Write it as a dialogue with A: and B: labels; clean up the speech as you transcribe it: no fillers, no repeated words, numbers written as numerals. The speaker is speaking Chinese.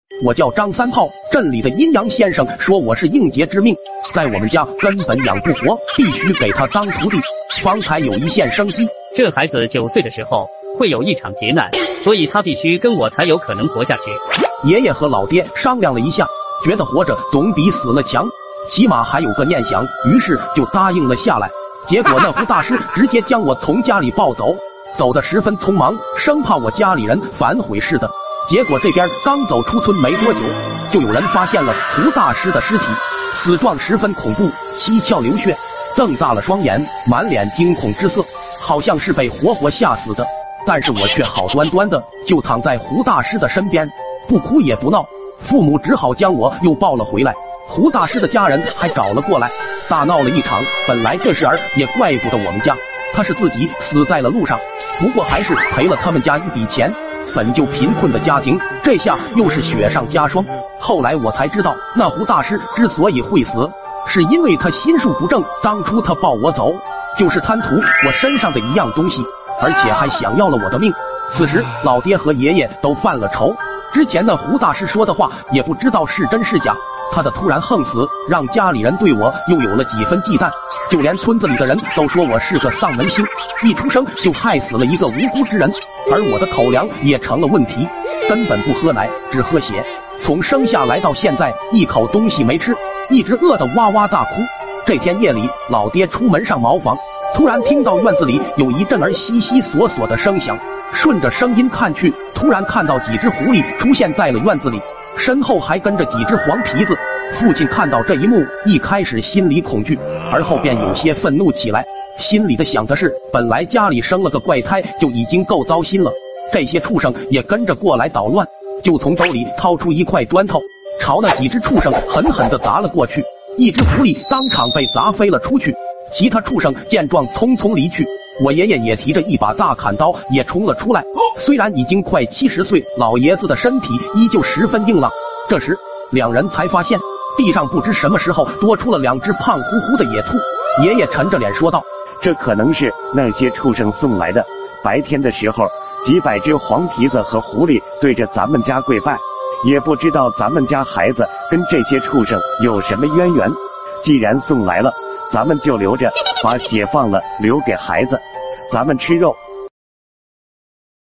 A: 我叫张三炮，镇里的阴阳先生说我是应劫之命，在我们家根本养不活，必须给他当徒弟，方才有一线生机。
B: 这孩子9岁的时候会有一场劫难，所以他必须跟我才有可能活下去。
A: 爷爷和老爹商量了一下，觉得活着总比死了强，起码还有个念想，于是就答应了下来。结果那胡大师直接将我从家里抱走，走得十分匆忙，生怕我家里人反悔似的。结果这边刚走出村没多久，就有人发现了胡大师的尸体，死状十分恐怖，七窍流血，瞪大了双眼，满脸惊恐之色，好像是被活活吓死的。但是我却好端端的就躺在胡大师的身边，不哭也不闹，父母只好将我又抱了回来。胡大师的家人还找了过来，大闹了一场。本来这事儿也怪不得我们家，他是自己死在了路上，不过还是赔了他们家一笔钱。本就贫困的家庭，这下又是雪上加霜。后来我才知道，那胡大师之所以会死，是因为他心术不正。当初他抱我走，就是贪图我身上的一样东西，而且还想要了我的命。此时老爹和爷爷都犯了愁，之前那胡大师说的话也不知道是真是假，他的突然横死让家里人对我又有了几分忌惮，就连村子里的人都说我是个丧门星，一出生就害死了一个无辜之人。而我的口粮也成了问题，根本不喝奶，只喝血，从生下来到现在一口东西没吃，一直饿得哇哇大哭。这天夜里，老爹出门上茅房，突然听到院子里有一阵儿悉悉索索的声响，顺着声音看去，突然看到几只狐狸出现在了院子里，身后还跟着几只黄皮子。父亲看到这一幕，一开始心里恐惧，而后便有些愤怒起来，心里的想的是，本来家里生了个怪胎就已经够糟心了，这些畜生也跟着过来捣乱，就从兜里掏出一块砖头，朝那几只畜生狠狠地砸了过去。一只狐狸当场被砸飞了出去，其他畜生见状匆匆离去。我爷爷也提着一把大砍刀也冲了出来，虽然已经快70岁，老爷子的身体依旧十分硬朗。这时两人才发现地上不知什么时候多出了2只胖乎乎的野兔。爷爷沉着脸说道，
C: 这可能是那些畜生送来的。白天的时候，几百只黄皮子和狐狸对着咱们家跪拜，也不知道咱们家孩子跟这些畜生有什么渊源。既然送来了，咱们就留着，把血放了留给孩子，咱们吃肉